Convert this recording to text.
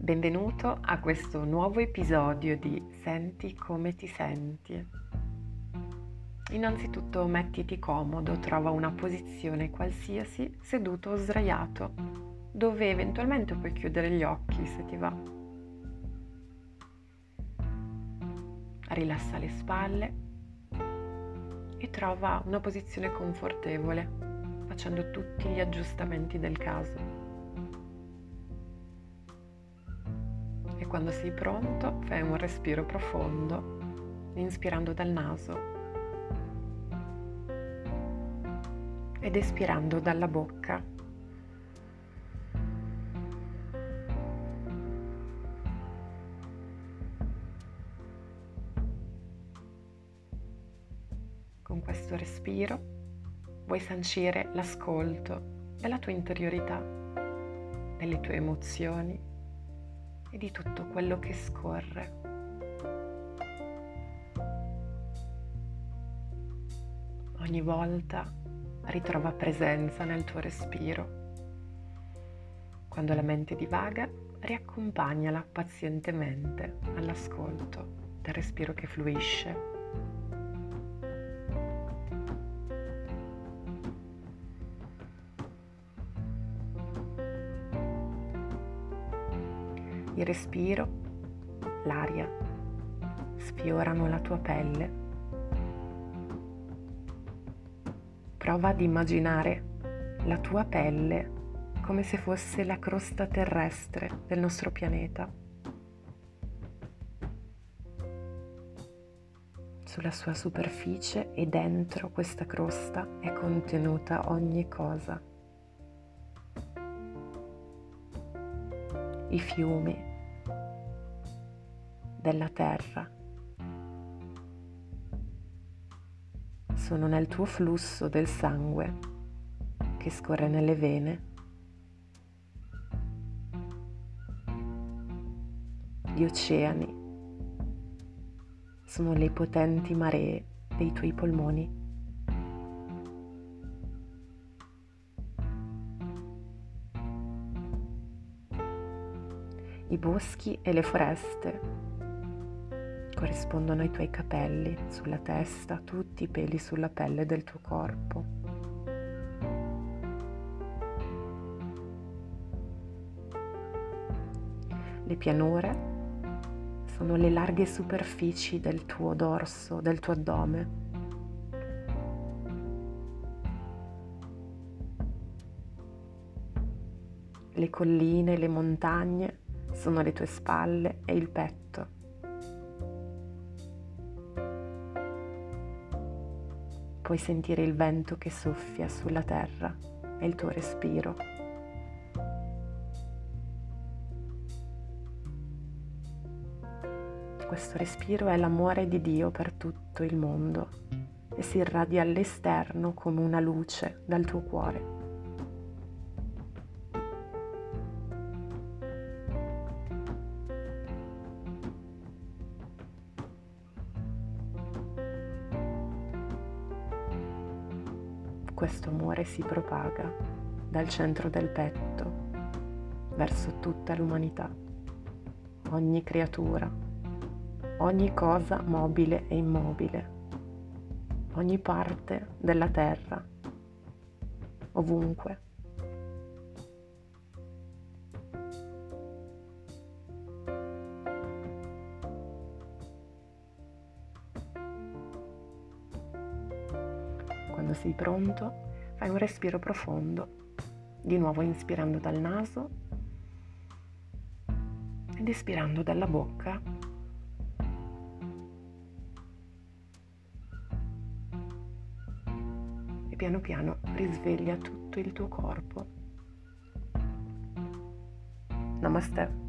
Benvenuto a questo nuovo episodio di Senti come ti senti. Innanzitutto mettiti comodo, trova una posizione qualsiasi, seduto o sdraiato, dove eventualmente puoi chiudere gli occhi se ti va. Rilassa le spalle e trova una posizione confortevole, facendo tutti gli aggiustamenti del caso. E quando sei pronto, fai un respiro profondo, inspirando dal naso ed espirando dalla bocca. Con questo respiro vuoi sancire l'ascolto della tua interiorità, delle tue emozioni e di tutto quello che scorre. Ogni volta ritrova presenza nel tuo respiro. Quando la mente divaga, riaccompagnala pazientemente all'ascolto del respiro che fluisce. Il respiro, l'aria, sfiorano la tua pelle. Prova ad immaginare la tua pelle come se fosse la crosta terrestre del nostro pianeta. Sulla sua superficie e dentro questa crosta è contenuta ogni cosa. I fiumi della terra sono nel tuo flusso del sangue che scorre nelle vene. Gli oceani sono le potenti maree dei tuoi polmoni. I boschi e le foreste corrispondono ai tuoi capelli sulla testa, tutti i peli sulla pelle del tuo corpo. Le pianure sono le larghe superfici del tuo dorso, del tuo addome. Le colline, le montagne sono le tue spalle e il petto. Puoi sentire il vento che soffia sulla terra e il tuo respiro. Questo respiro è l'amore di Dio per tutto il mondo e si irradia all'esterno come una luce dal tuo cuore. Questo amore si propaga dal centro del petto verso tutta l'umanità, ogni creatura, ogni cosa mobile e immobile, ogni parte della terra, ovunque. Quando sei pronto, fai un respiro profondo, di nuovo inspirando dal naso ed espirando dalla bocca. E piano piano risveglia tutto il tuo corpo. Namaste.